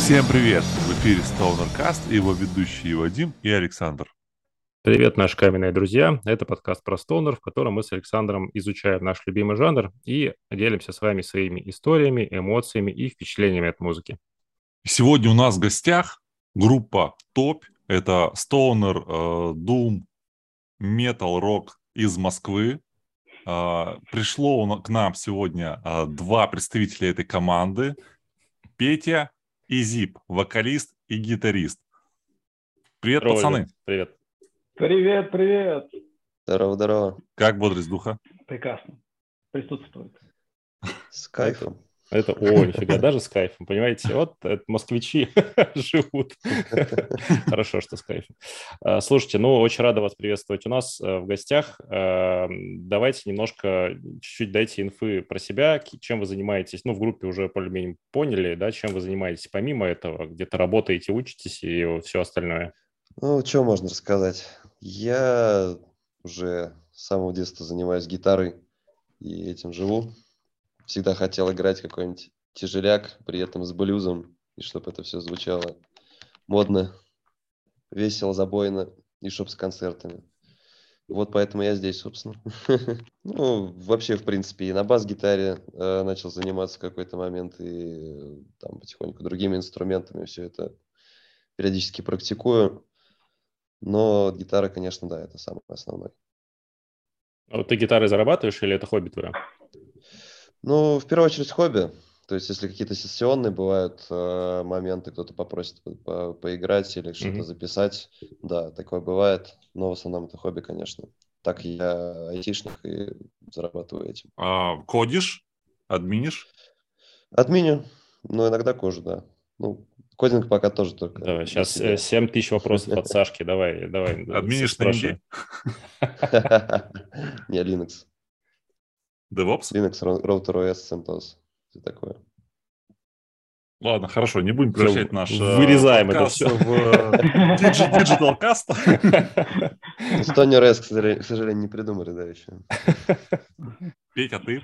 Всем привет! В эфире StonerCast и его ведущие Вадим и Александр. Привет, наши каменные друзья. Это подкаст про стонер, в котором мы с Александром изучаем наш любимый жанр и делимся с вами своими историями, эмоциями и впечатлениями от музыки. Сегодня у нас в гостях группа ТОП. Это Stoner, Doom, Metal, Rock из Москвы. Пришло к нам сегодня два представителя этой команды. Петя и Зип, вокалист и гитарист. Привет, Здорово, ребят. пацаны. Привет. Привет, привет. Здорово, здорово. Как бодрость духа? Прекрасно. Присутствует. С кайфом. Нифига, даже с кайфом, понимаете? Вот это москвичи живут. Хорошо, что с кайфом. Слушайте, очень рада вас приветствовать у нас в гостях. Давайте немножко, чуть-чуть дайте инфы про себя, чем вы занимаетесь. В группе уже более-менее поняли, да, чем вы занимаетесь помимо этого, где-то работаете, учитесь и все остальное. Что можно рассказать? Я уже с самого детства занимаюсь гитарой и этим живу. Всегда хотел играть какой-нибудь тяжеляк, при этом с блюзом, и чтобы это все звучало модно, весело, забойно, и чтоб с концертами. Вот поэтому я здесь, собственно. Вообще, в принципе, и на бас-гитаре начал заниматься в какой-то момент, и там потихоньку другими инструментами все это периодически практикую. Но гитара, конечно, да, это самое основное. А вот ты гитарой зарабатываешь или это хобби твое? В первую очередь хобби. То есть, если какие-то сессионные бывают моменты, кто-то попросит поиграть или что-то записать, да, такое бывает. Но в основном это хобби, конечно. Так я айтишник и зарабатываю этим. Кодишь? Админишь? Админю, но иногда кожу, да. Кодинг пока тоже только Давай, для сейчас себя. 7000 вопросов от Сашки. Давай. Админишь на спрашивай. Не, Linux. DevOps? Linux, Router OS, CentOS. Все такое. Ладно, хорошо, не будем превращать наш вырезаем подкаст это все. в диджитал-каст. Stoner-S, к сожалению, не придумали, да, еще. Петя, ты?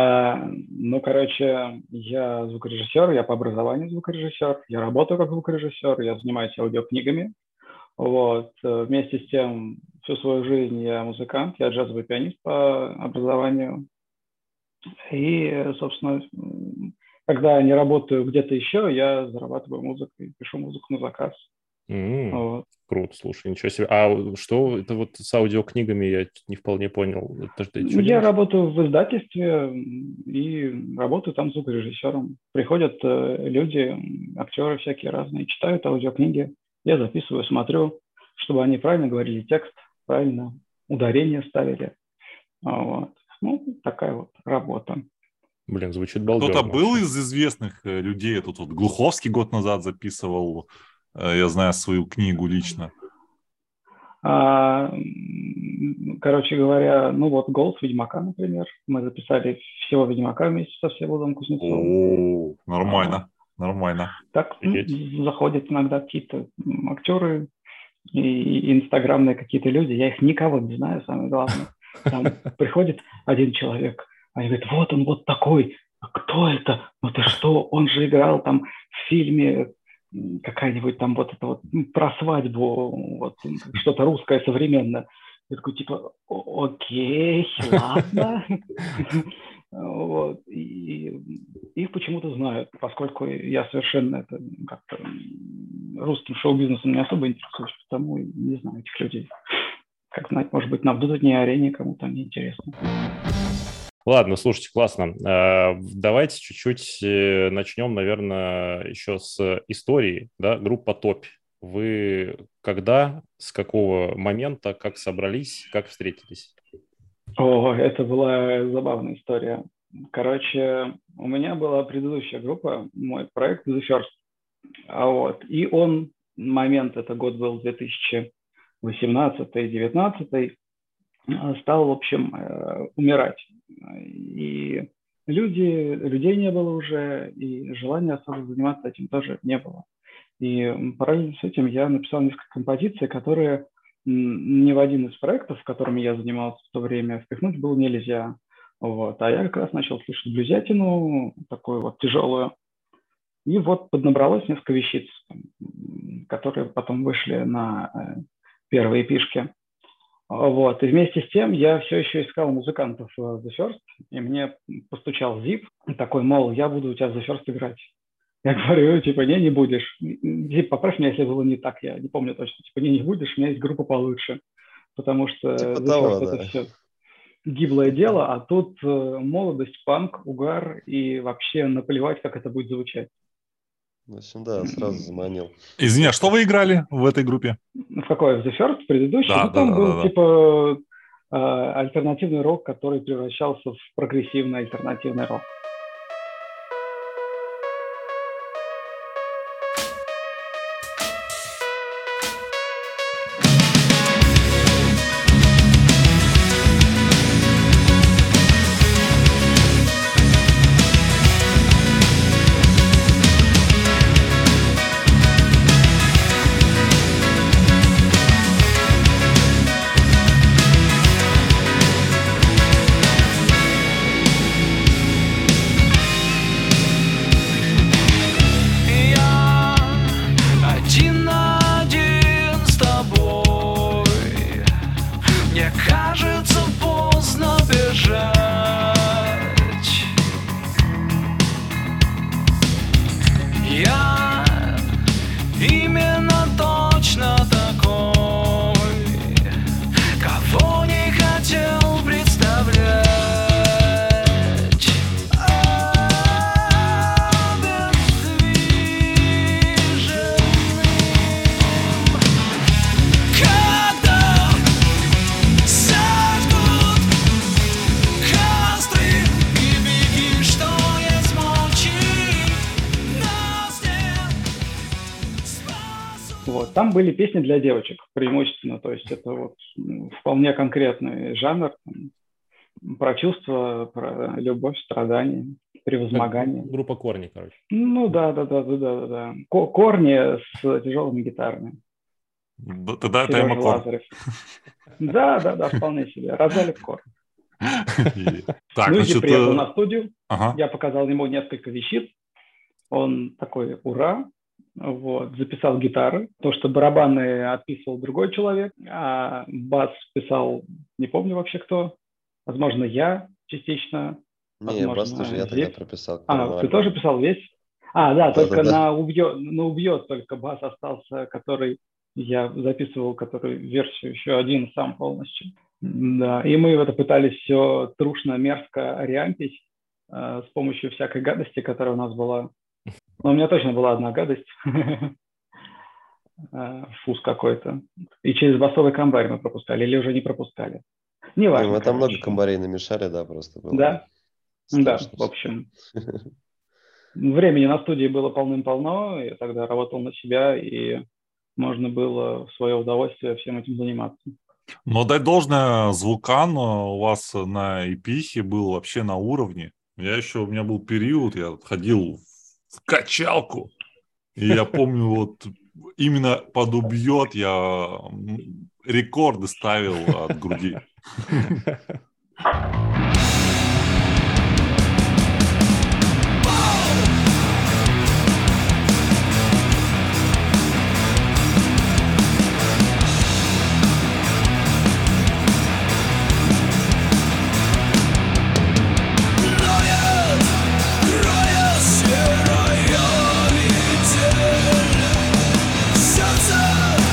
Я звукорежиссер, я по образованию звукорежиссер, я работаю как звукорежиссер, я занимаюсь аудиокнигами. Вместе с тем, всю свою жизнь я музыкант, я джазовый пианист по образованию. И, собственно, когда не работаю где-то еще, я зарабатываю музыкой, пишу музыку на заказ. Круто, слушай, ничего себе. А что это вот с аудиокнигами, я не вполне понял. Я работаю в издательстве и работаю там звукорежиссером. Приходят люди, актеры всякие разные, читают аудиокниги, я записываю, смотрю, чтобы они правильно говорили текст, правильно ударение ставили. Такая вот работа. Блин, звучит балдежно. Кто-то был из известных людей? Тут вот Глуховский год назад записывал, я знаю, свою книгу лично. Короче говоря, «Голос Ведьмака», например. Мы записали всего Ведьмака вместе со Всеволодом Кузнецовым. О, нормально, нормально. Так заходят иногда какие-то актеры и инстаграмные какие-то люди. Я их никого не знаю, самое главное. Там приходит один человек, они говорят, вот он вот такой. А кто это? Ты что? Он же играл там в фильме какая-нибудь там вот это вот про свадьбу, вот что-то русское современное. Я такой, типа, окей, ладно. И их почему-то знают, поскольку я совершенно это как-то русским шоу-бизнесом не особо интересуюсь, потому не знаю этих людей. Как знать, может быть, на внутренней арене кому-то не интересно. Ладно, слушайте, классно. Давайте чуть-чуть начнем, наверное, еще с истории, да, группа ТОП. Вы когда, с какого момента, как собрались, как встретились? Это была забавная история. Короче, у меня была предыдущая группа, мой проект The First. И момент, это год был 2018-2019, стал, в общем, умирать. И людей не было уже, и желания особо заниматься этим тоже не было. И параллельно с этим я написал несколько композиций, которые ни в один из проектов, которыми я занимался в то время, впихнуть было нельзя. А я как раз начал слышать блюзятину, такую вот тяжелую. И вот поднабралось несколько вещиц, которые потом вышли на первые пишки. Вот. И вместе с тем я все еще искал музыкантов в The First, и мне постучал Zip, такой, мол, я буду у тебя в The First играть. Я говорю, типа, не будешь. Zip, поправь меня, если было не так, я не помню точно. Типа, не будешь, у меня есть группа получше. Потому что Типа The того, First да. это все гиблое дело, а тут молодость, панк, угар, и вообще наплевать, как это будет звучать. В общем, да, сразу заманил. Извини, а что вы играли в этой группе? В какой? В The First, предыдущий? Да, Ну, там да, был, да. типа, альтернативный рок, который превращался в прогрессивный альтернативный рок. Там были песни для девочек преимущественно, то есть это вот вполне конкретный жанр про чувства, про любовь, страдания, превозмогание. Группа Корни, короче. Ну да. Корни с тяжелыми гитарами. Тогда это Эмма Корн. Да, вполне себе. Розалик Корн. Значит, приехал на студию, я показал ему несколько вещиц, он такой, ура. Вот, записал гитары, то, что барабаны отписывал другой человек, а бас писал, не помню вообще кто, возможно, я частично. Не, бас тоже я тогда прописал. Ты тоже писал весь? Да, только на убьет только бас остался, который я записывал, который версию еще один сам полностью. Да, и мы это пытались все трушно, мерзко реампить с помощью всякой гадости, которая у нас была. Но у меня точно была одна гадость. Фуз какой-то. И через басовый комбарь мы пропускали, или уже не пропускали. Не важно. Мы там много комбарей намешали, да, просто было. Да? Да, в общем. Времени на студии было полным-полно, я тогда работал на себя, и можно было в свое удовольствие всем этим заниматься. Но дать должное, звукан у вас на эпихе был вообще на уровне. У меня был период, я ходил в качалку, и я помню, вот именно под убьет я рекорды ставил от груди.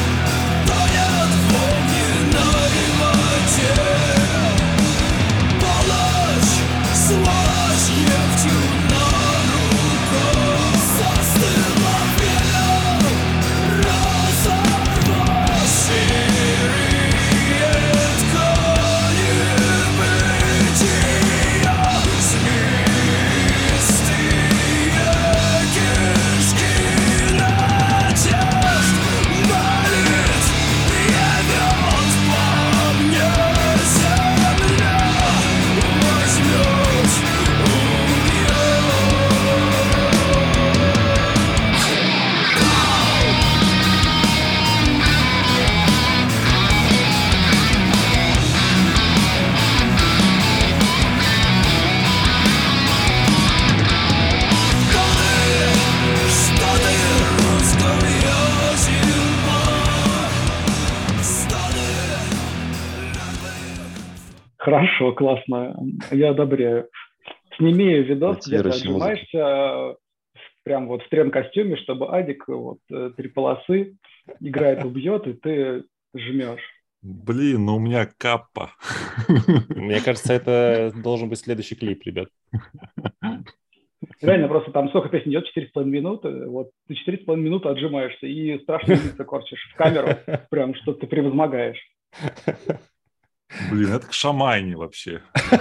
Сердце тонет в огненной воде. Хорошо, классно. Я одобряю. Сними видос, где ты Мотивирующая музыка. отжимаешься прям вот в трен-костюме, чтобы Адик вот 3 полосы играет, убьет, и ты жмешь. Блин, ну у меня каппа. Мне кажется, это должен быть следующий клип, ребят. Реально, просто там сколько песен идет, 4,5 минуты, вот ты 4,5 минуты отжимаешься и страшные лица корчишь в камеру, прям что ты превозмогаешь. Блин, это к шамайне вообще.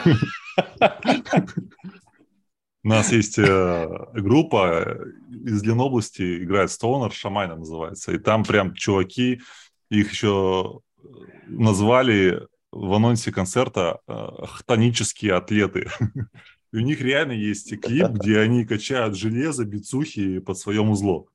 У нас есть группа из Ленобласти, играет Stoner, Шамайна называется. И там прям чуваки, их еще назвали в анонсе концерта хтонические атлеты. И у них реально есть клип, где они качают железо, бицухи под свое музло.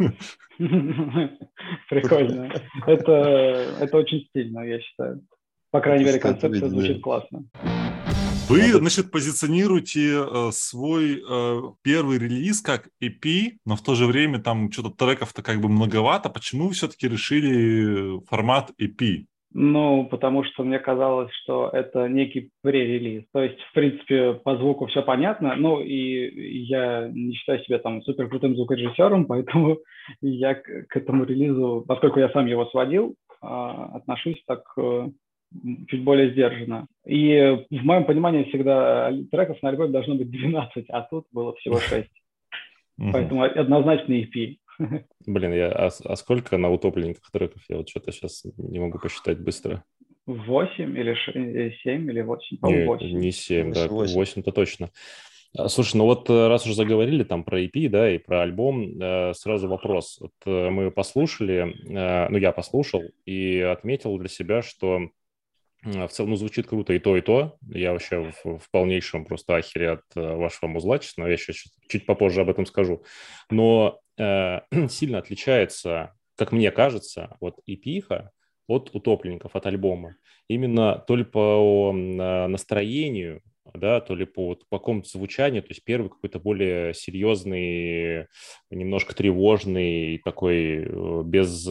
Прикольно. Это очень стильно, я считаю. По крайней мере, концепция звучит классно. Вы, значит, позиционируете свой первый релиз как EP, но в то же время там что-то треков-то как бы многовато. Почему вы все-таки решили формат EP? Ну, потому что мне казалось, что это некий пререлиз. То есть, в принципе, по звуку все понятно. Ну, и я не считаю себя там супер крутым звукорежиссером, поэтому я к этому релизу, поскольку я сам его сводил, отношусь так чуть более сдержанно. И в моем понимании всегда треков на альбоме должно быть 12, а тут было всего 6. Поэтому однозначно EP. Блин, а сколько на утопленниках треков? Я вот что-то сейчас не могу посчитать быстро. 8 или 7 или 8? По-моему, 8. Не 7, да, 8. 8-то точно. Слушай, ну вот раз уже заговорили там про EP, да, и про альбом, сразу вопрос. Вот мы послушали, ну я послушал и отметил для себя, что в целом, ну, звучит круто и то, и то. Я вообще в полнейшем просто ахере от вашего музла, честно. Я еще чуть попозже об этом скажу. Но сильно отличается, как мне кажется, вот EP-ха от утопленников, от альбома. Именно то ли по настроению, да, то ли по какому-то звучанию. То есть первый какой-то более серьезный, немножко тревожный, такой без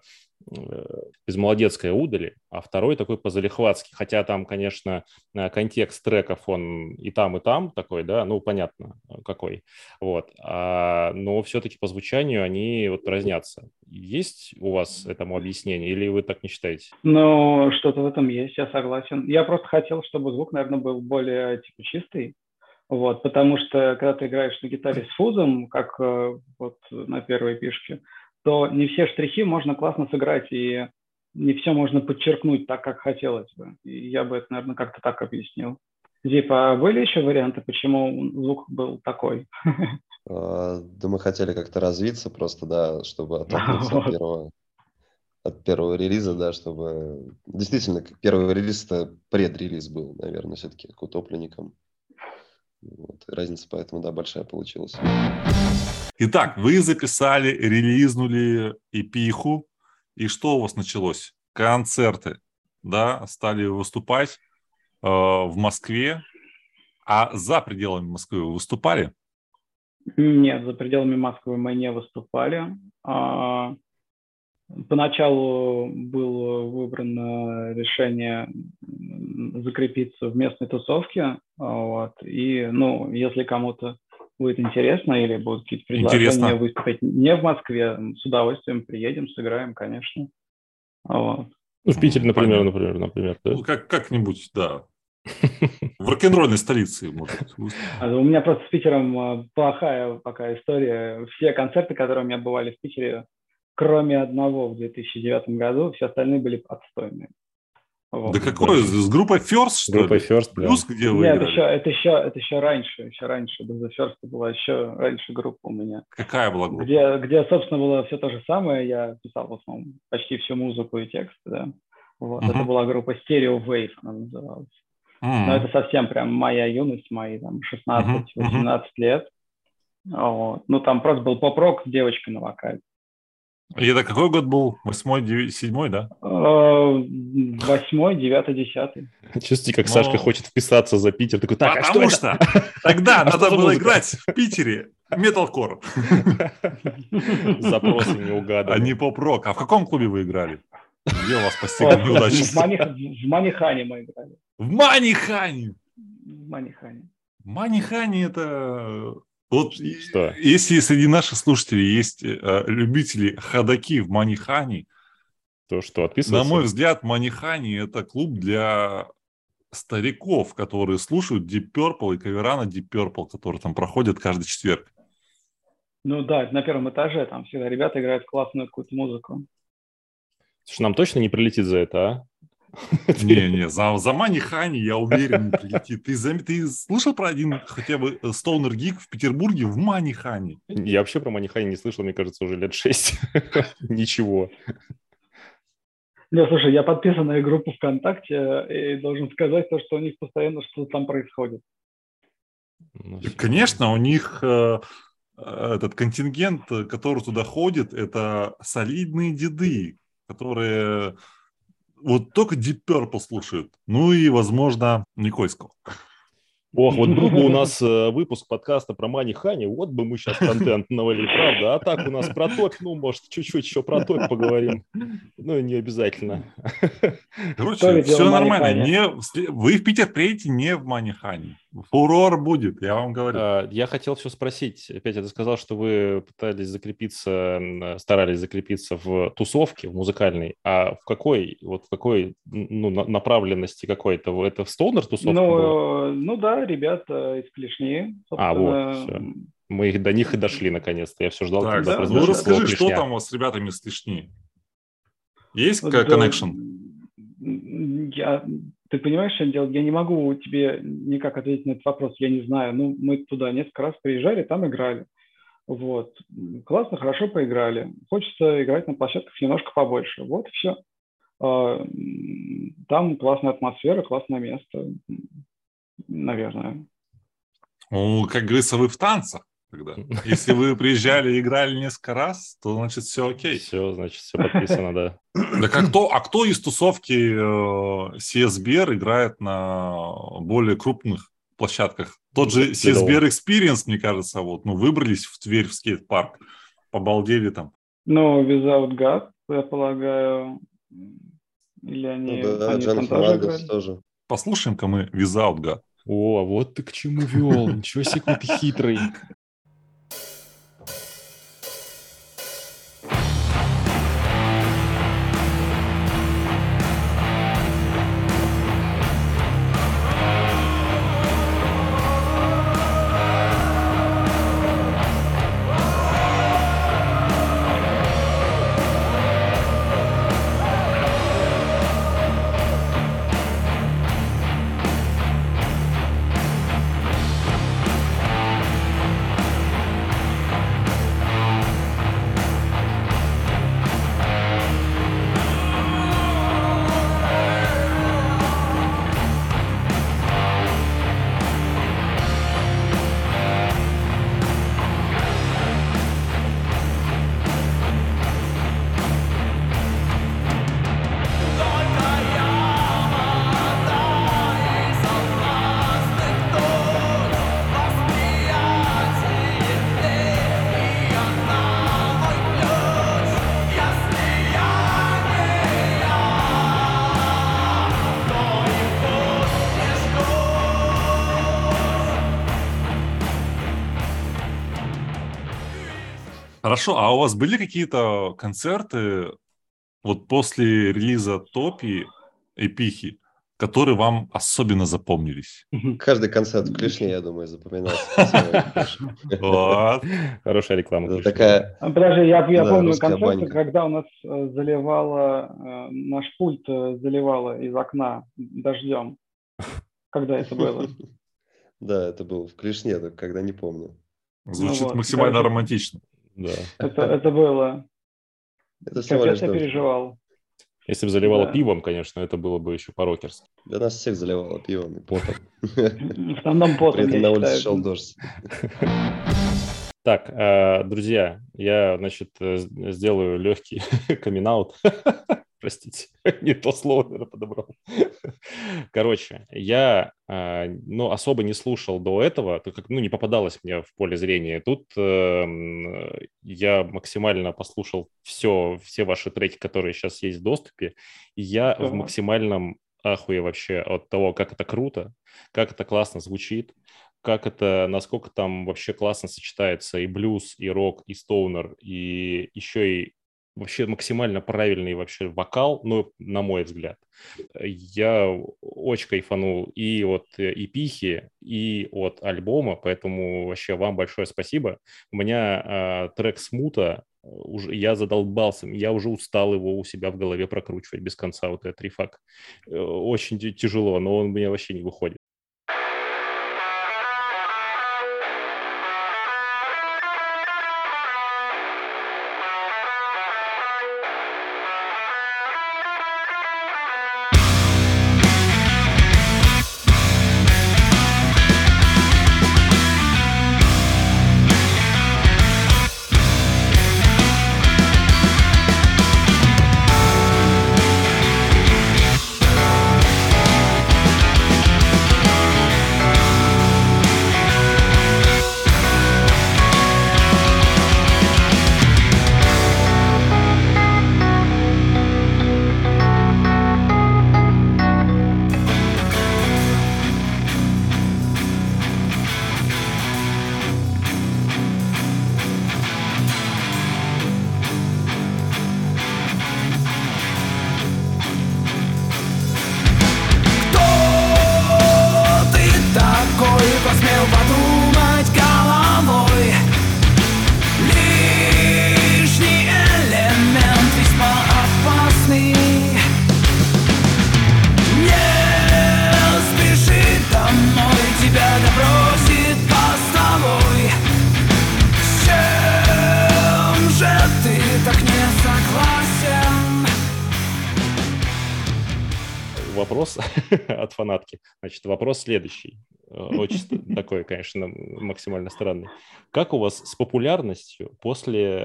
молодецкой удали, а второй такой по-залихватски. Хотя там, конечно, контекст треков, он и там такой, да, ну, понятно, какой. Вот. Но все-таки по звучанию они вот разнятся. Есть у вас этому объяснение или вы так не считаете? Ну, что-то в этом есть, я согласен. Я просто хотел, чтобы звук, наверное, был более типа чистый. Вот, потому что, когда ты играешь на гитаре с фузом, как вот на первой пишке, то не все штрихи можно классно сыграть, и не все можно подчеркнуть так, как хотелось бы. И я бы это, наверное, как-то так объяснил. Зипа, были еще варианты, почему звук был такой? Да мы хотели как-то развиться просто, да, чтобы оттолкнуться от первого релиза, да, чтобы... Действительно, первый релиз – это предрелиз был, наверное, все-таки к утопленникам. Вот. Разница поэтому, да, большая получилась. Итак, вы записали, релизнули EP-ху, и что у вас началось? Концерты, да, стали выступать в Москве, а за пределами Москвы вы выступали? Нет, за пределами Москвы мы не выступали. Поначалу было выбрано решение закрепиться в местной тусовке, вот, и, ну, если кому-то будет интересно или будут какие-то предложения выступить не в Москве, с удовольствием приедем, сыграем, конечно. Вот. Ну, в Питере, например, да? Ну, как-нибудь, да. В рок-н-ролльной столице, может. У меня просто с Питером плохая пока история. Все концерты, которые у меня бывали в Питере, кроме одного в 2009 году, все остальные были отстойные. Вот. Да какой? С группой First, что ли? Группой First, Плюс, да. где вы Нет, играли? это еще раньше. До The First была еще раньше группа у меня. Какая была группа? Где, собственно, было все то же самое. Я писал в основном почти всю музыку и тексты, да. Вот. Это была группа Stereo Wave, она называлась. Но это совсем прям моя юность, мои там 16-18 лет. Вот. Ну, там просто был поп-рок с девочкой на вокале. И это какой год был? 8-й, 7-й, да? 8-й, 9-й, 10-й. Чувствуете, как Сашка хочет вписаться за Питер. Такой, так, потому что тогда надо было играть в Питере металкор. Запросы не угаданы. А не поп-рок. А в каком клубе вы играли? Где у вас постигла неудача? В Манихане мы играли. В Манихане! В Манихане. Манихане это... Вот Что? если среди наших слушателей есть любители ходаки в Манихане, То, что на отписываться? мой взгляд, Манихани – это клуб для стариков, которые слушают Deep Purple и кавера на Deep Purple, которые там проходят каждый четверг. Ну да, это на первом этаже, там всегда ребята играют классную какую-то музыку. Слушай, нам точно не прилетит за это, а? Не, за Манихани, я уверен, не прилетит. Ты слышал про один хотя бы Stoner Geek в Петербурге в Манихане? Я вообще про Манихани не слышал, мне кажется, уже лет 6. Ничего. Не, слушай, я подписан на их группу ВКонтакте и должен сказать то, что у них постоянно что-то там происходит. Ну, Конечно, у них этот контингент, который туда ходит, это солидные деды, которые вот только Deep Purple слушают. Ну и, возможно, Никольского. Ох, вот был бы у нас выпуск подкаста про Манихани, вот бы мы сейчас контент навалили, правда? А так у нас про топь, ну, может, чуть-чуть еще про топь поговорим. Ну, не обязательно. Короче, все нормально. Вы в Питер приедете не в Манихане. Фурор будет, я вам говорю. Я хотел все спросить. Петя, ты сказал, что вы старались закрепиться в тусовке, в музыкальной. А в какой направленности какой-то? Это в стоунер тусовка была? Ну да, ребята из Клешни. Вот, все. Мы до них и дошли наконец-то. Я все ждал, так, когда ну расскажи, что там с ребятами из Клешни? Есть коннекшн? Ты понимаешь, что делать? Я не могу тебе никак ответить на этот вопрос, я не знаю. Ну, мы туда несколько раз приезжали, там играли. Вот. Классно, хорошо поиграли. Хочется играть на площадках немножко побольше. Вот и все. Там классная атмосфера, классное место. Наверное. Ну, как говорится, вы в танцах тогда. Если вы приезжали и играли несколько раз, то, значит, все окей. Все, значит, все подписано, да. Так кто из тусовки CSBR играет на более крупных площадках? Тот же CSBR Experience, мне кажется, вот, ну, выбрались в Тверь, в скейт-парк, побалдели там. Ну, Without God, я полагаю, или они Джон Хамангас тоже. Послушаем-ка мы Without God. О, вот ты к чему вел. Ничего себе, какой ты хитрый. Хорошо, а у вас были какие-то концерты вот после релиза Топи, Эпихи, которые вам особенно запомнились? Каждый концерт в Клешне, я думаю, запоминался. Хорошая реклама. Подожди, я помню концерты, когда у нас заливало, наш пульт заливало из окна дождем. Когда это было? Да, это было в Клешне, только когда не помню. Звучит максимально романтично. Да. Это было. Это всего лишь я переживал. Если бы заливало пивом, конечно, это было бы еще по-рокерски. Да нас всех заливало пивом и потом. В основном потом, при этом на улице шел дождь. Так, друзья, я, значит, сделаю легкий камин-аут. Простите, не то слово, наверное, подобрал. Короче, я особо не слушал до этого, так как не попадалось мне в поле зрения. Тут я максимально послушал все ваши треки, которые сейчас есть в доступе, и я в максимальном ахуе вообще от того, как это круто, как это классно звучит, как это, насколько там вообще классно сочетается и блюз, и рок, и стоунер, и еще и вообще максимально правильный вообще вокал, ну, на мой взгляд. Я очень кайфанул и от эпихи, и от альбома, поэтому вообще вам большое спасибо. У меня трек «Смута», уже, я задолбался, я уже устал его у себя в голове прокручивать без конца, вот этот рифак. Очень тяжело, но он у меня вообще не выходит. Вопрос от фанатки. Значит, вопрос следующий. Очень такой, конечно, максимально странный. Как у вас с популярностью после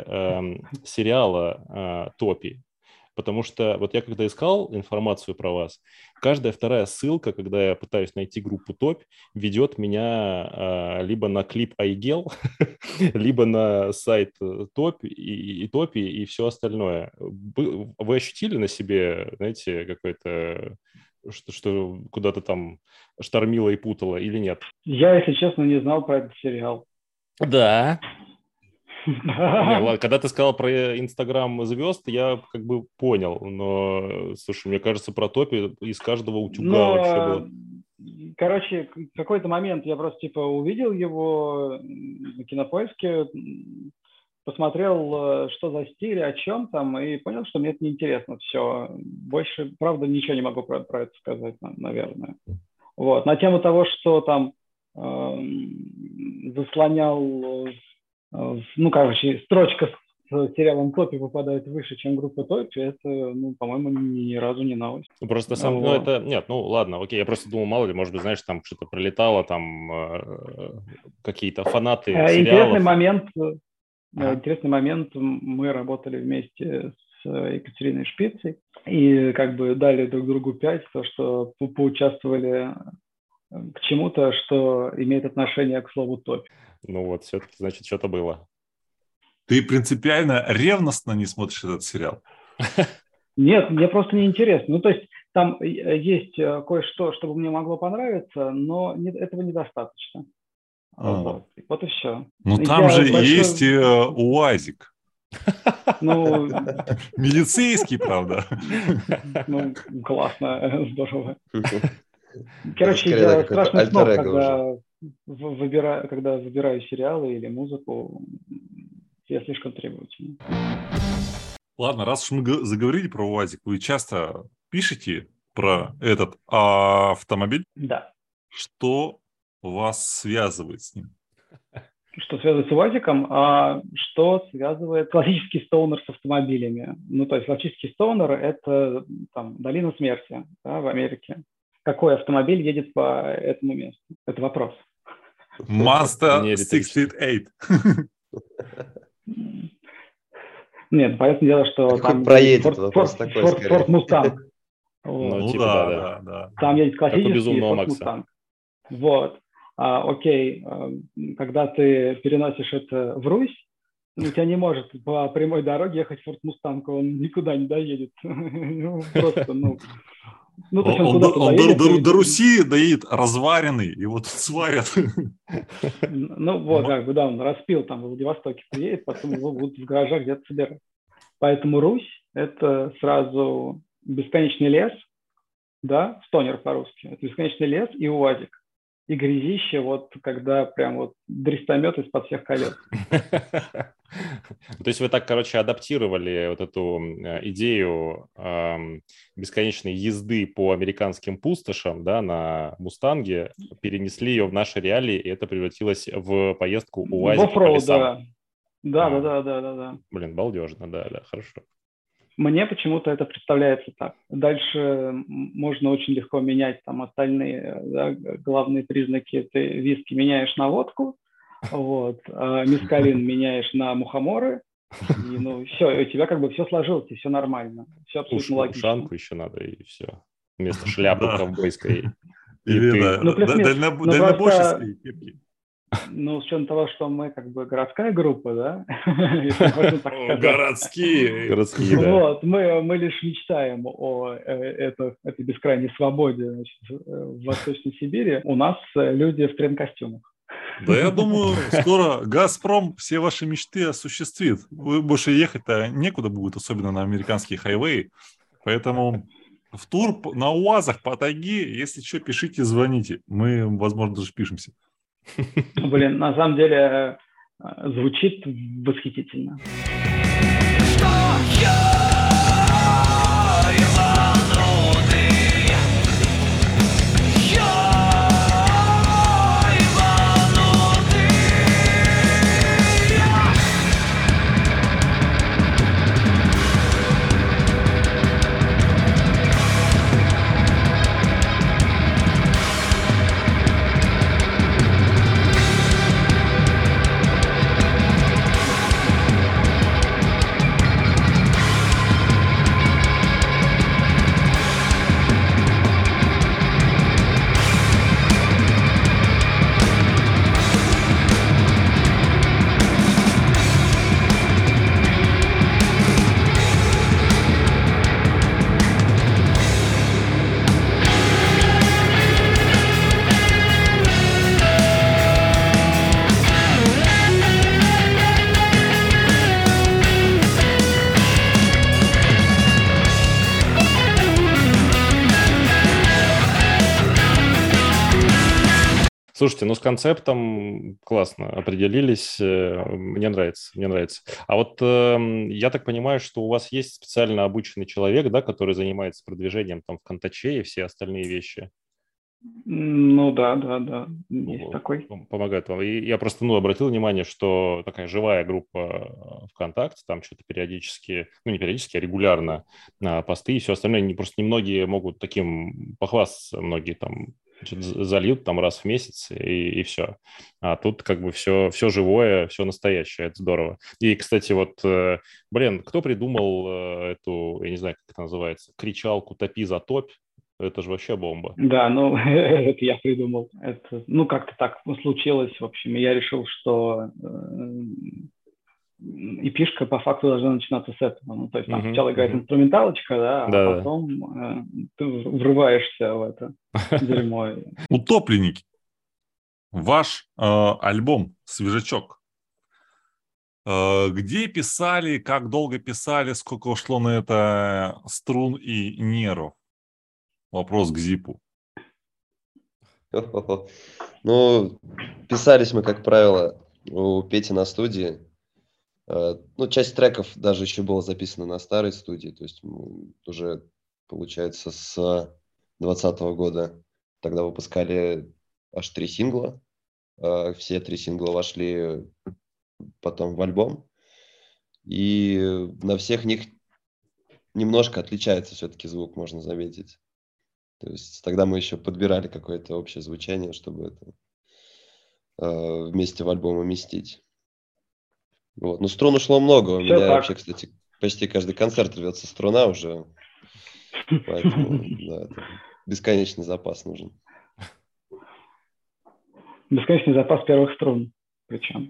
сериала «Топи»? Потому что вот я когда искал информацию про вас, каждая вторая ссылка, когда я пытаюсь найти группу «Топь», ведет меня либо на клип Айгел, либо на сайт «Топь» и «Топи» и все остальное. Вы ощутили на себе, знаете, какой-то, что куда-то там штормило и путало или нет? Я, если честно, не знал про этот сериал. Да. Когда ты сказал про Инстаграм звезд, я как бы понял, но, слушай, мне кажется, про Топи из каждого утюга вообще было. Короче, в какой-то момент я просто типа увидел его на Кинопоиске, посмотрел, что за стиль, о чем там, и понял, что мне это неинтересно. Все. Больше, правда, ничего не могу про это сказать, наверное. Вот. На тему того, что там заслонял... Ну, короче, строчка с сериалом «Топи» попадает выше, чем группа «Топи», это, ну, по-моему, ни разу не новость. Просто сам, ну, это, нет, ну, ладно, окей, я просто думал, мало ли, может быть, знаешь, там что-то пролетало, там какие-то фанаты сериалов. Интересный момент, мы работали вместе с Екатериной Шпицей и как бы дали друг другу 5, то, что поучаствовали к чему-то, что имеет отношение к слову «топь». Ну вот, все-таки, значит, что-то было. Ты принципиально ревностно не смотришь этот сериал? Нет, мне просто неинтересно. Ну, то есть там есть кое-что, чтобы мне могло понравиться, но этого недостаточно. Вот и все. Ну, там же есть УАЗик. Ну, милицейский, правда. Ну, классно, здорово. Короче, я страшно сноб, когда выбираю сериалы или музыку, я слишком требовательный. Ладно, раз уж мы заговорили про УАЗик, вы часто пишете про этот автомобиль? Да. Что вас связывает с ним? Что связывает с УАЗиком, а что связывает классический стоунер с автомобилями? Ну, то есть классический стоунер – это там долина смерти, да, в Америке. Какой автомобиль едет по этому месту? Это вопрос. Mazda 68. Нет, понятное дело, что там проедет Ford Mustang. Ну, типа, да. Там едет классический Ford Mustang. Вот. Окей, когда ты переносишь это в Русь, у тебя не может по прямой дороге ехать Ford Mustang, он никуда не доедет. Просто, Ну, то есть он Он куда-то доедет. до Руси доедет разваренный, и вот тут сварят. Ну, вот, как бы, да, он распил там в Владивостоке приедет, потом его будут в гаражах где-то собирать. Поэтому Русь – это сразу бесконечный лес, да, стонер по-русски. Это бесконечный лес и УАЗик. И грязище, вот когда прям вот дрестомет из-под всех колес. То есть вы так, короче, адаптировали вот эту идею бесконечной езды по американским пустошам, да, на «Мустанге», перенесли ее в наши реалии, и это превратилось в поездку УАЗики по лесам. Да. Блин, балдежно, да, хорошо. Мне почему-то это представляется так. Дальше можно очень легко менять там остальные, да, главные признаки. Ты виски меняешь на водку, вот, а мескалин меняешь на мухоморы, и ну все, у тебя как бы все сложилось, и все нормально. Все абсолютно логично. Ушанку еще надо, и все. Вместо шляпы ковбойской. Или дальнобойщицкой кепки. Ну, с учетом того, что мы как бы городская группа, да? Городские, да. Вот, мы лишь мечтаем о этой бескрайней свободе, значит, в Восточной Сибири. У нас люди в трен-костюмах. Да, я думаю, скоро «Газпром» все ваши мечты осуществит. Вы больше ехать-то некуда будет, особенно на американские хайвеи. Поэтому в тур на УАЗах по тайге, если что, пишите, звоните. Мы, возможно, даже пишемся. Блин, на самом деле звучит восхитительно. Слушайте, ну с концептом классно определились, мне нравится. А вот я так понимаю, что у вас есть специально обученный человек, да, который занимается продвижением там в Контаче и все остальные вещи? Ну да, есть такой. Помогает вам. И я просто обратил внимание, что такая живая группа ВКонтакте, там что-то периодически, ну не периодически, а регулярно посты и все остальное. Просто немногие могут таким похвастаться, многие там зальют там раз в месяц и все. А тут как бы все живое, все настоящее, это здорово. И, кстати, вот, кто придумал эту, я не знаю, как это называется, кричалку «Топи за топь»? Это же вообще бомба. Да, ну, это я придумал. Это, ну, как-то так случилось, в общем. И я решил, что эпишка по факту должна начинаться с этого. Ну, то есть там сначала играет инструменталочка, да, а потом ты врываешься в это дерьмо. Утопленники. Ваш альбом «Свежачок». Где писали, как долго писали, сколько ушло на это струн и нервов? Вопрос к Зипу. Ну, писались мы, как правило, у Пети на студии. Ну, часть треков даже еще была записана на старой студии. То есть мы уже, получается, с 2020 года тогда выпускали аж 3 сингла. Все 3 сингла вошли потом в альбом. И на всех них немножко отличается все-таки звук, можно заметить. То есть тогда мы еще подбирали какое-то общее звучание, чтобы это вместе в альбом уместить. Вот. Ну, струн ушло много. У меня вообще, кстати, почти каждый концерт рвется струна уже. Поэтому, да, это бесконечный запас нужен. Бесконечный запас первых струн, причем.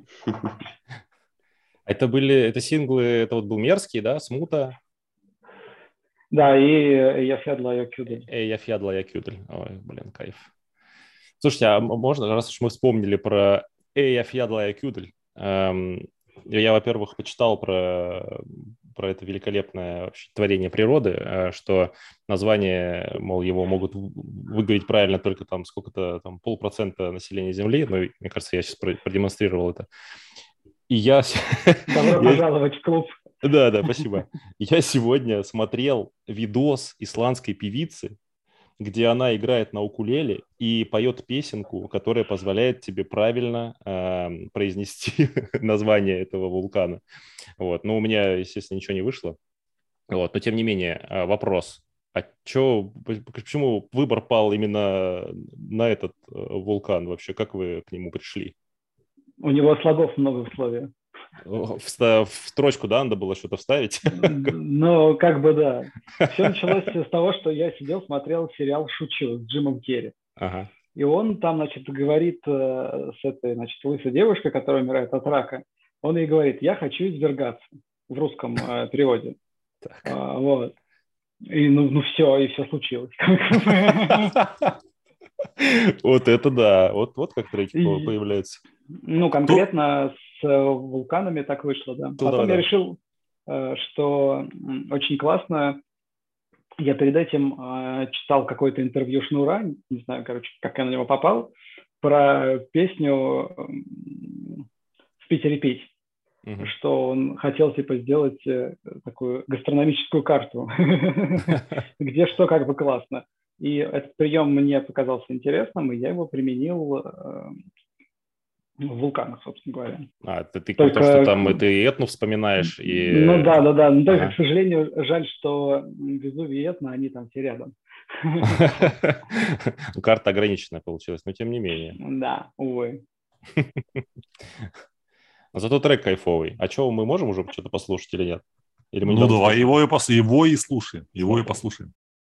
Это синглы, это вот был Мерзкий, да, Смута? Да, и я федла, я кюдель. Я фьядла, я кюдель. Ой, блин, кайф. Слушайте, а можно, раз уж мы вспомнили про я фьядла, я кюдель, я, во-первых, почитал про это великолепное вообще творение природы, что название, мол, его могут выговорить правильно только там сколько-то, там 0,5% населения Земли, но мне кажется, я сейчас продемонстрировал это. И я... Добро пожаловать в клуб. Да, спасибо. Я сегодня смотрел видос исландской певицы, где она играет на укулеле и поет песенку, которая позволяет тебе правильно произнести название этого вулкана. Вот. Но у меня, естественно, ничего не вышло. Вот. Но, тем не менее, вопрос. Почему выбор пал именно на этот вулкан вообще? Как вы к нему пришли? У него слогов много в слове. В строчку, да, надо было что-то вставить? Ну, как бы да. Все началось с того, что я сидел, смотрел сериал «Шучу» с Джимом Керри. Ага. И он там, значит, говорит с этой, значит, лысой девушкой, которая умирает от рака. Он ей говорит: я хочу извергаться, в русском переводе. Вот. И ну все, и все случилось. Вот это да. Вот как треки появляются. Ну, конкретно с вулканами так вышло, да. Потом я решил, что очень классно. Я перед этим читал какое-то интервью Шнура, не знаю, короче, как я на него попал, про песню «В Питере пить», что он хотел типа сделать такую гастрономическую карту, где что как бы классно. И этот прием мне показался интересным, и я его применил в вулканах, собственно говоря. Ты только... то, что там ты Этну вспоминаешь. И... Ну да. Но только, к сожалению, жаль, что Везувий и Этна, они там все рядом. Карта ограниченная получилась, но тем не менее. Да, увы. Зато трек кайфовый. А что, мы можем уже что-то послушать или нет? Или мы ну давай его и слушаем. Его и послушаем.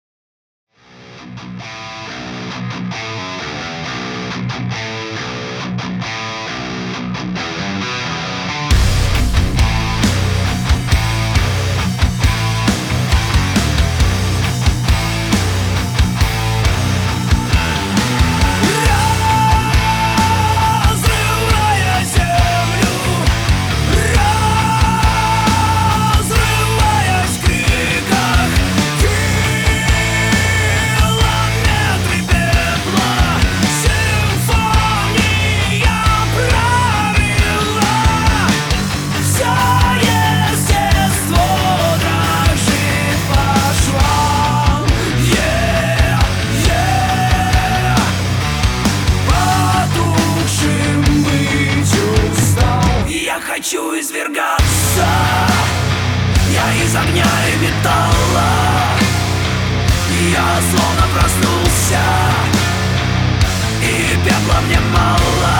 Хочу извергаться, я из огня и металла, я словно проснулся, и пепла мне мало,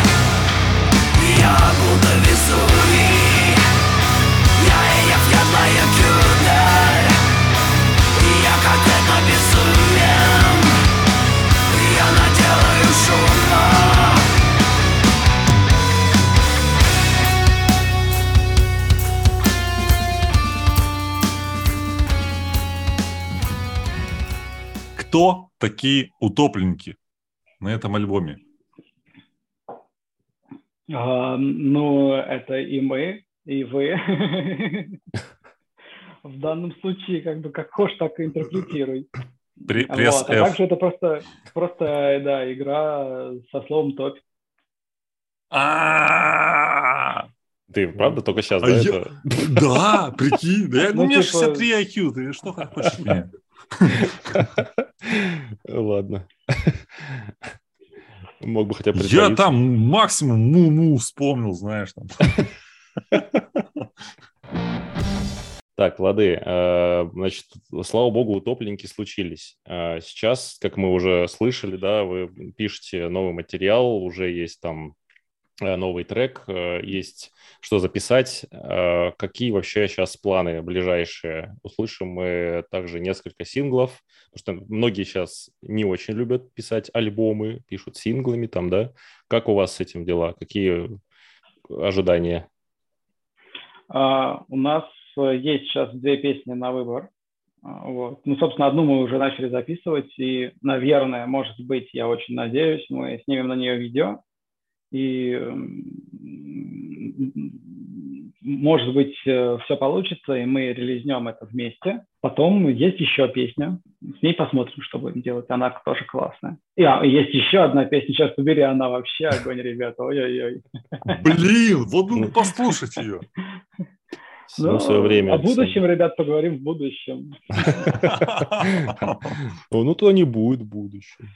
я будто Везувий, я фьядла, я кюдель, я как это безумен, я наделаю шума. Кто такие утопленники на этом альбоме? Ну, это и мы, и вы. В данном случае, как бы как хочешь, так и интерпретируй. Пресс А также это просто да, игра со словом «топь». Ты правда только сейчас, да? Да, прикинь. У меня 63 IQ, ты что хочешь мне? Ладно. Мог бы хотя бы Я там максимум му-му вспомнил, знаешь. Там. Так, лады. Значит, слава богу, утопленники случились. Сейчас, как мы уже слышали, да, вы пишете новый материал, уже есть там новый трек, есть что записать. Какие вообще сейчас планы ближайшие? Услышим мы также несколько синглов, потому что многие сейчас не очень любят писать альбомы, пишут синглами там, да? Как у вас с этим дела? Какие ожидания? У нас есть сейчас 2 песни на выбор. Вот. Ну, собственно, одну мы уже начали записывать, и, наверное, может быть, я очень надеюсь, мы снимем на нее видео, и, может быть, все получится, и мы релизнем это вместе. Потом есть еще песня, с ней посмотрим, что будем делать, она тоже классная. И есть еще одна песня, сейчас побери, она вообще огонь, ребята, ой-ой-ой. Блин, вот бы послушать ее. Всему свое время, О будущем, Александр. ребят, поговорим в будущем. Ну, то не будет в будущем.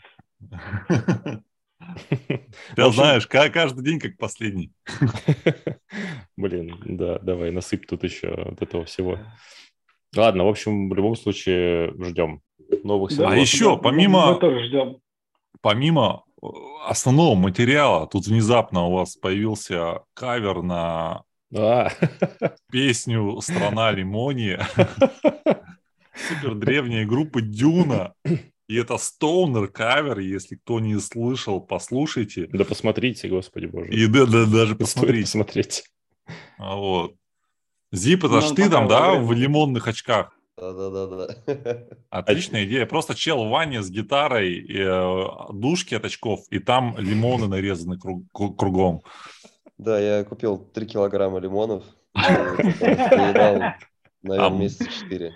Ты знаешь, каждый день как последний. Блин, да, давай, насыпь тут еще от этого всего. Ладно, в общем, в любом случае ждем новых Да, А синглов. еще, мы помимо тоже ждем. основного материала, тут внезапно у вас появился кавер на песню «Страна Лимония» супер древней группы Дюна. И это стоунер кавер, если кто не слышал, послушайте. Да посмотрите, господи боже. И даже Стоит посмотрите. посмотреть. Вот. Зип, это Ну, ж ты там, пока да, время. в лимонных очках? Да. Отличная идея. Просто чел в ванне с гитарой, дужки от очков, и там лимоны нарезаны кругом. Да, я купил 3 килограмма лимонов и поедал, наверное, месяца 4.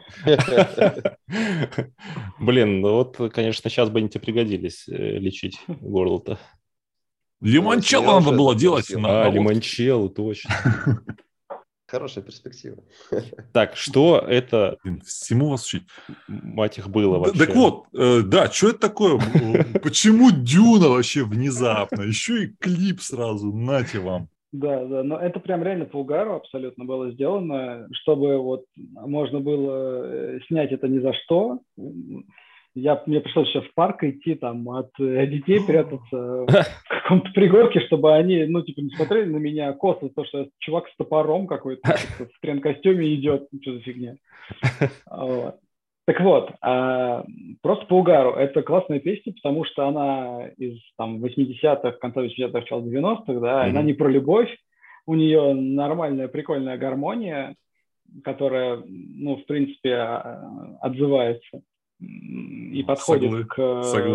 Блин, ну вот, конечно, сейчас бы они тебе пригодились лечить горло-то. Лимончелло Я надо уже было это делать. просил. на водке. лимончелло, точно. Хорошая перспектива. Так, что это, Блин, всему вас учить. мать их, было вообще? Так вот, да, что это такое? Почему Дюна вообще внезапно? Еще и клип сразу, нате вам. Да, но это прям реально по угару абсолютно было сделано, чтобы вот можно было снять это ни за что. Мне пришлось сейчас в парк идти, там, от детей прятаться в каком-то пригорке, чтобы они, не смотрели на меня косо, то, что чувак с топором какой-то в трен-костюме идет, что за фигня. Вот. Так вот, просто по угару. Это классная песня, потому что она из 80-х, конца 80-х, начала 90-х, да, она не про любовь, у нее нормальная, прикольная гармония, которая, в принципе, отзывается и подходит к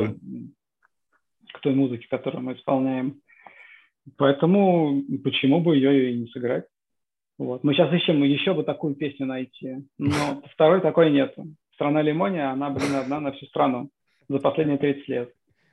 той музыке, которую мы исполняем. Поэтому почему бы ее и не сыграть? Вот. Мы сейчас ищем еще бы такую песню найти, но второй такой нету. «Страна Лимония», она, одна на всю страну за последние 30 лет.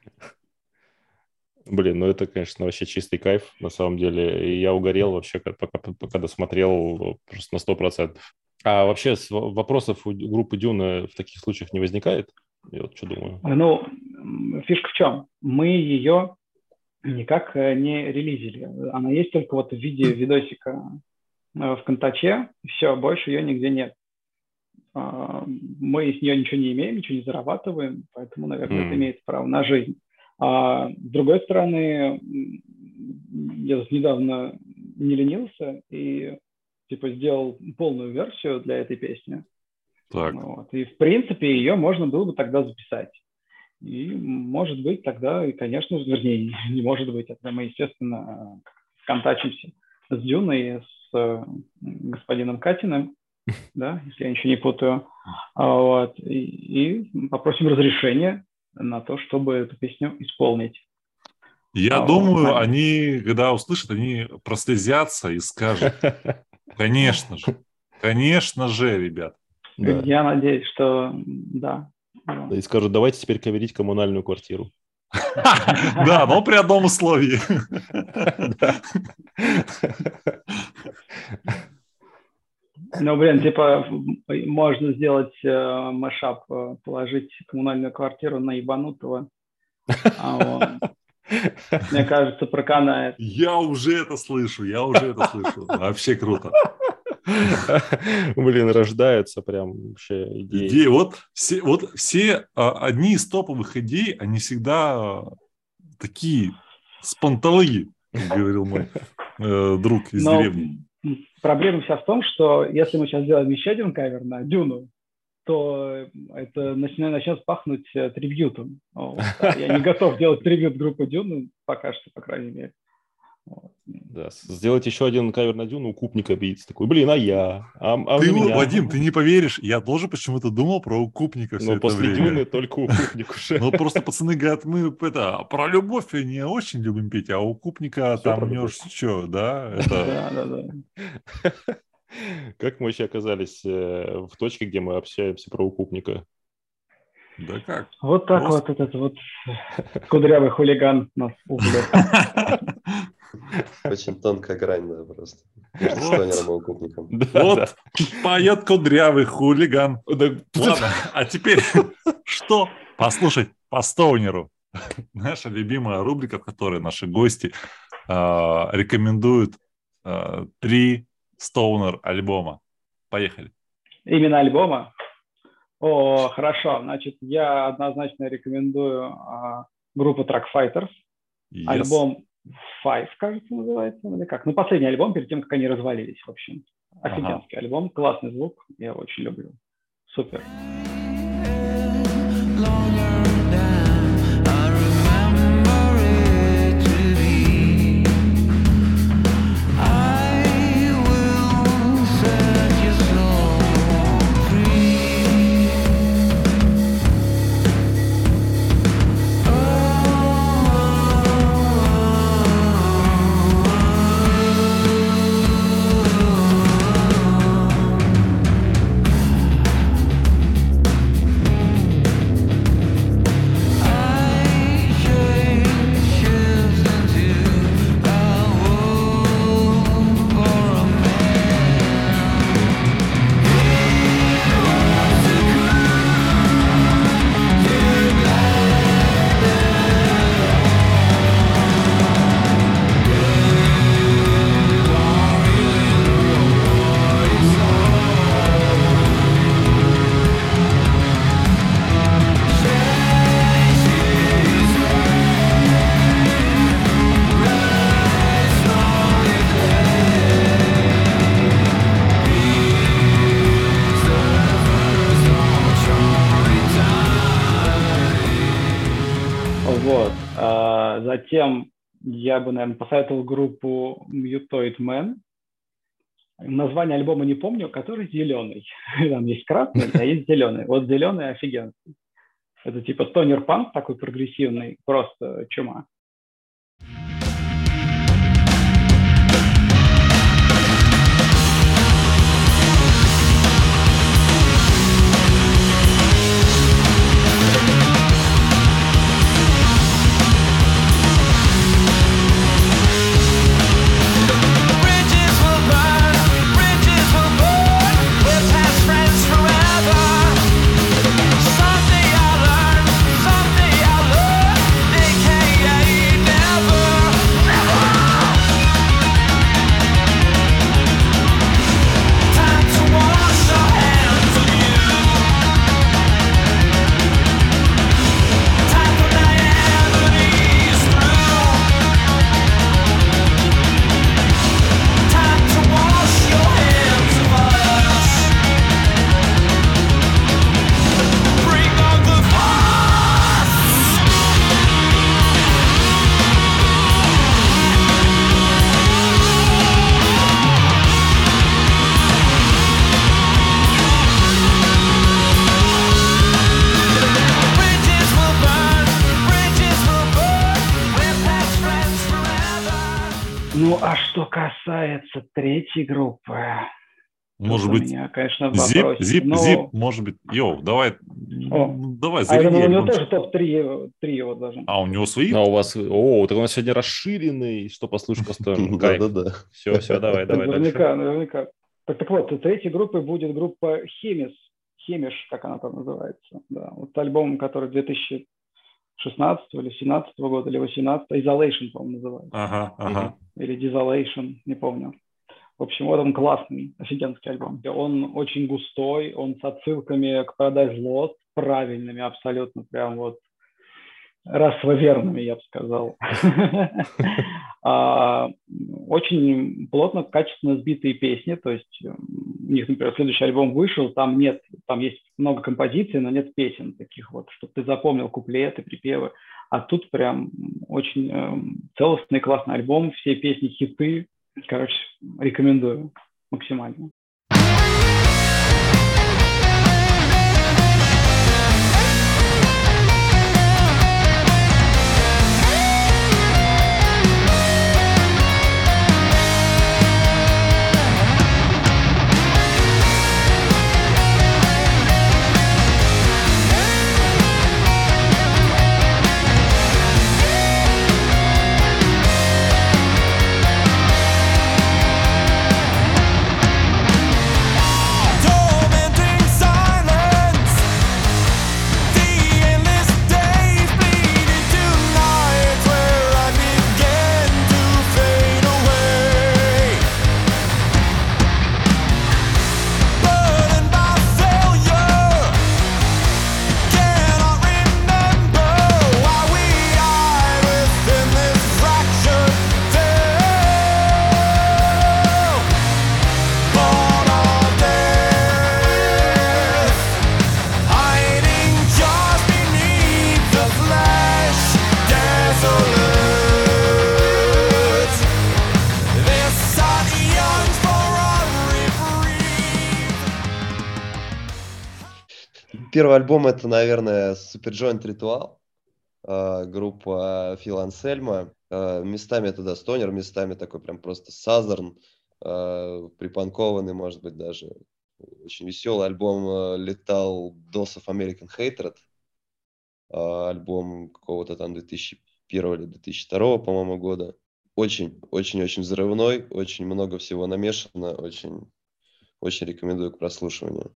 Блин, ну это, конечно, вообще чистый кайф, на самом деле. И я угорел вообще, пока досмотрел просто на 100%. А вообще вопросов у группы Дюна в таких случаях не возникает? Я вот что думаю. Фишка в чем? Мы ее никак не релизили. Она есть только вот в виде видосика в Контаче. Все, больше ее нигде нет. Мы с нее ничего не имеем, ничего не зарабатываем, поэтому, наверное, это имеет право на жизнь. А с другой стороны, я недавно не ленился и сделал полную версию для этой песни. Так. Вот. И, в принципе, ее можно было бы тогда записать. И, может быть, тогда, конечно же, вернее, не может быть, тогда мы, естественно, контачимся с Дюной, с господином Катиным, да, если я ничего не путаю, вот, и попросим разрешения на то, чтобы эту песню исполнить. Я думаю, они, когда услышат, они прослезятся и скажут: конечно же, ребят. Да. Я надеюсь, что да. И скажут: давайте теперь каверить коммунальную квартиру. Да, но при одном условии. Ну, блин, можно сделать мэшап, положить коммунальную квартиру на ебанутого. Мне кажется, проканает. Я уже это слышу. Вообще круто. Блин, рождаются прям вообще идеи. Вот все одни из топовых идей, они всегда такие спонтовые, как говорил мой друг из деревни. Проблема вся в том, что если мы сейчас сделаем еще один кавер на Дюну, то это начнет пахнуть трибьютом. Я не готов делать трибьют группы Дюну, пока что, по крайней мере. Да, сделать еще один кавер на Дюну, укупник обидится. Такой, блин, а я? А Ты, на меня? Вадим, ты не поверишь, я тоже почему-то думал про укупника все Но это после время. Дюны только укупник уже. Ну, просто пацаны говорят, мы про любовь не очень любим петь, а укупника Всё там про у него любовь. что, да? Это... Да. Как мы вообще оказались в точке, где мы общаемся про укупника? Да как? Вот так Просто- вот этот вот кудрявый хулиган нас увлек. Очень тонкая грань, да, просто. Между Вот. стонером и укупником. Да, Вот поет кудрявый хулиган. да. Ладно, а теперь что? Послушать по стоунеру. Наша любимая рубрика, в которой наши гости рекомендуют 3 стоунер альбома. Поехали. Именно альбома? О, хорошо. Значит, я однозначно рекомендую группу Track Fighters. Yes. Альбом Five, кажется, называется, или как? Ну, последний альбом перед тем, как они развалились, в общем. Офигенский альбом, классный звук, я очень люблю. Супер. Вот. Затем я бы, наверное, посоветовал группу Mutoid Man. Название альбома не помню, который зеленый. Там есть красный, а есть зеленый. Вот зеленый офигенский. Это типа стонер-панк такой прогрессивный, просто чума. Ну, а что касается третьей группы, Может тут у быть, меня, конечно, Зип, вопросики. Зип, может быть. Йоу, давай, О. давай, А я заряди думал, у него альбомчик. тоже топ-3 его должен. А у него свои? А у вас... О, так у нас сегодня расширенный. Что послушать по стоимости? Кайф. Да-да-да. Все, давай дальше. Наверняка. Так вот, третьей группой будет группа Хемиш, как она там называется. Да. Вот альбом, который 2016 или 2017 года, или 2018, Isolation, по-моему, называется. Ага. Или Desolation, не помню. В общем, вот он классный, офигенский альбом. Он очень густой, он с отсылками к Paradise Lost, правильными абсолютно, прям вот расоверными, я бы сказал. Очень плотно, качественно сбитые песни, то есть у них, например, следующий альбом вышел, там есть много композиций, но нет песен таких вот, чтобы ты запомнил куплеты, припевы. А тут прям очень целостный, классный альбом, все песни хиты. Короче, рекомендую максимально. Первый альбом это, наверное, Superjoint Ritual, группа Фила Ансельма. Местами это да, стонер, местами такой прям просто сазерн, припанкованный, может быть, даже. Очень веселый альбом Lethal Dose of American Hatred. Альбом какого-то там 2001 или 2002, по-моему, года. Очень-очень-очень взрывной, очень много всего намешано, очень рекомендую к прослушиванию.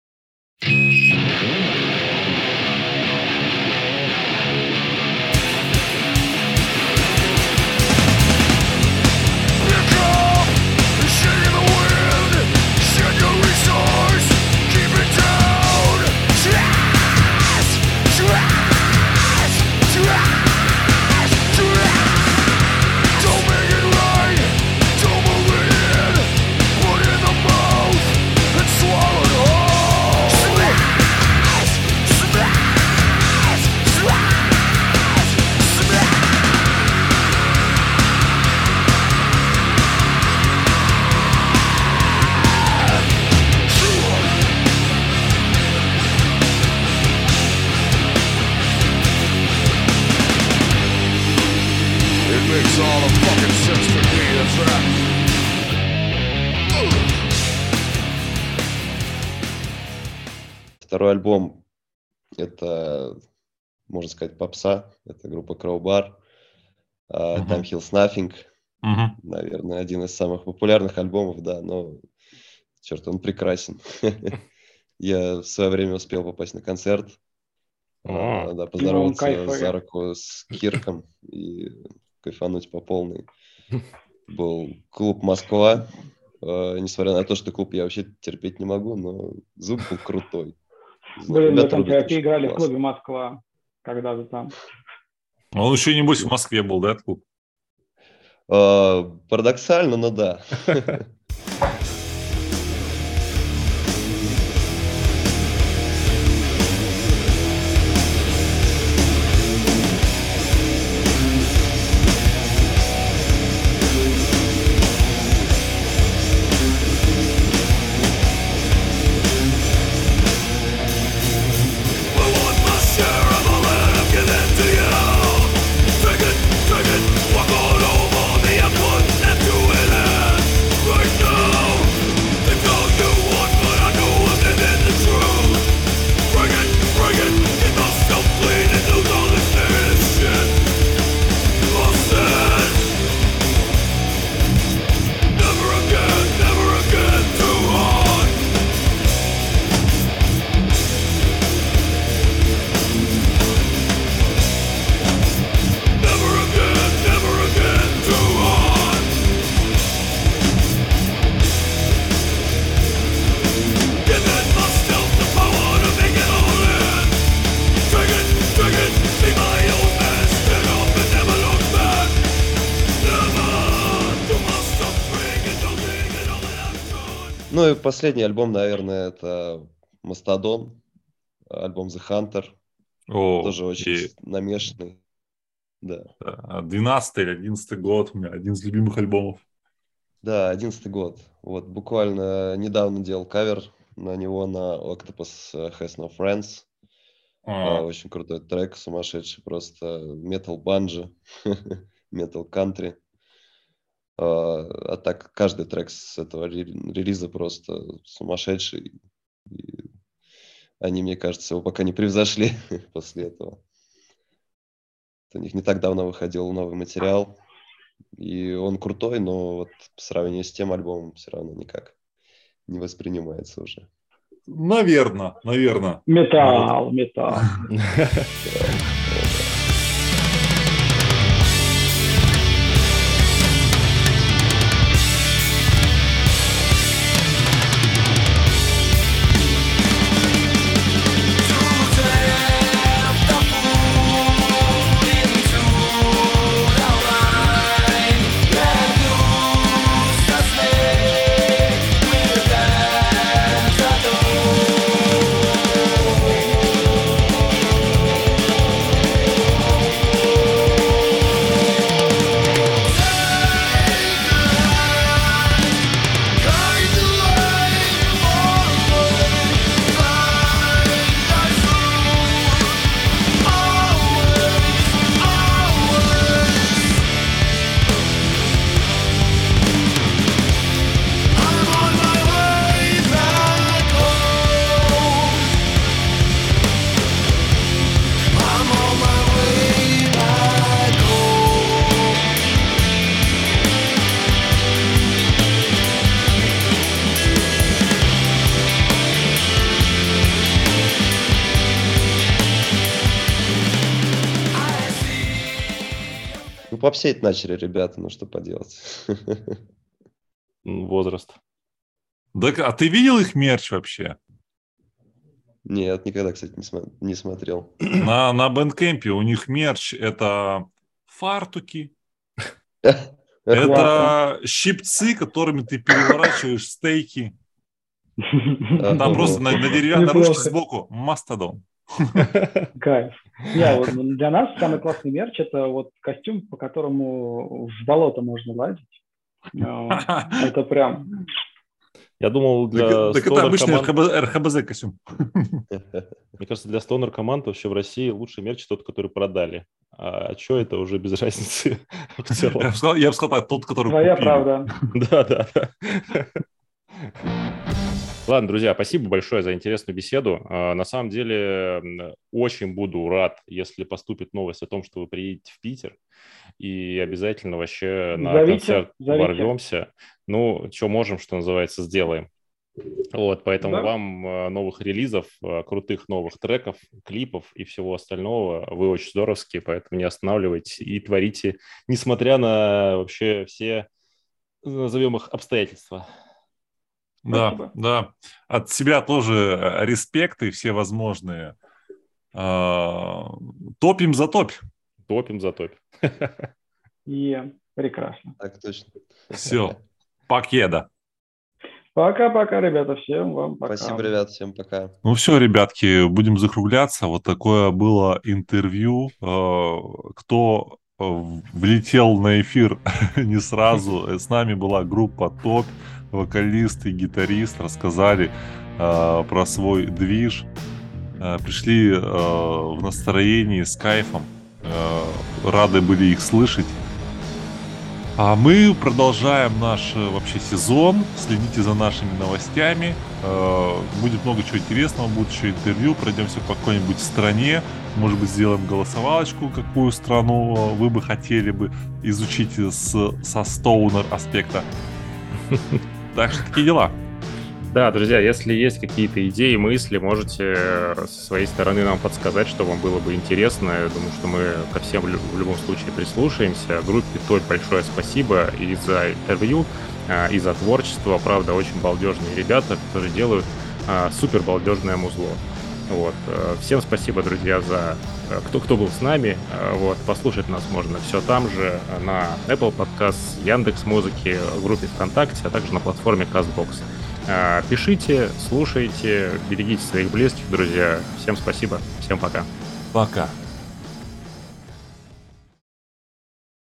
Второй альбом – это, можно сказать, попса. Это группа Crowbar. Time Heals Nothing. Наверное, один из самых популярных альбомов, да, но, черт, он прекрасен. Я в свое время успел попасть на концерт, да, поздороваться за руку с Кирком и кайфануть по полной. Был клуб «Москва». Несмотря на то, что клуб я вообще терпеть не могу, но звук был крутой. Блин, мы там играли в клубе «Москва» когда-то там. Он еще, небось, в Москве был, да, клуб? Парадоксально, но да. Ну и последний альбом, наверное, это Mastodon, альбом The Hunter. Тоже очень намешанный. Да. 12 или 11 год у меня, один из любимых альбомов. Да, 11-й год. Вот буквально недавно делал кавер на него на Octopus Has No Friends. Очень крутой трек, сумасшедший просто. Metal банджо, metal country. А так каждый трек с этого релиза просто сумасшедший. И они, мне кажется, его пока не превзошли после этого. У них не так давно выходил новый материал. И он крутой, но вот по сравнению с тем альбомом все равно никак не воспринимается уже. Наверное. Металл. Ну, попсеть начали ребята, ну что поделать. Возраст. Да, а ты видел их мерч вообще? Нет, никогда, кстати, не смотрел. На Bandcamp у них мерч — это фартуки, это щипцы, которыми ты переворачиваешь стейки. Там просто на деревянной ручке сбоку мастодон. Кайф. Вот для нас самый классный мерч — это вот костюм, по которому в болото можно лазить. Это прям... Я думал, для Так это обычный РХБЗ костюм. Мне кажется, для стонер команд вообще в России лучший мерч тот, который продали. А что это уже без разницы в целом. Я бы сказал так, тот, который Твоя купили. правда. Да. Ладно, друзья, спасибо большое за интересную беседу. На самом деле, очень буду рад, если поступит новость о том, что вы приедете в Питер, и обязательно вообще на концерт ворвемся. Ну, что можем, что называется, сделаем. Вот, поэтому вам новых релизов, крутых новых треков, клипов и всего остального. Вы очень здоровские, поэтому не останавливайтесь и творите, несмотря на вообще все, назовем их, обстоятельства. Да. От себя тоже респекты всевозможные. Топим за топь. Топим за топь. Прекрасно. Так точно. Все. Покеда. Пока-пока, ребята. Всем вам пока. Спасибо, ребят. Всем пока. Ну все, ребятки, будем закругляться. Вот такое было интервью. Кто влетел на эфир не сразу, с нами была группа ТОП. Вокалист и гитарист рассказали про свой движ. Пришли в настроении с кайфом. Рады были их слышать. А мы продолжаем наш вообще сезон. Следите за нашими новостями. Будет много чего интересного. Будет еще интервью. Пройдемся по какой-нибудь стране. Может быть, сделаем голосовалочку, какую страну вы бы хотели бы изучить со стоунер аспекта. Так что такие дела. Да, друзья, если есть какие-то идеи, мысли, можете со своей стороны нам подсказать, что вам было бы интересно. Я думаю, что мы ко всем в любом случае прислушаемся. Группе ТОП большое спасибо и за интервью, и за творчество. Правда, очень балдежные ребята, которые делают супер балдежное музло. Вот. Всем спасибо, друзья, за кто был с нами. Вот. Послушать нас можно все там же, на Apple Podcast, Яндекс.Музыке, в группе ВКонтакте, а также на платформе CastBox. Пишите, слушайте, берегите своих близких, друзья. Всем спасибо, всем пока. Пока.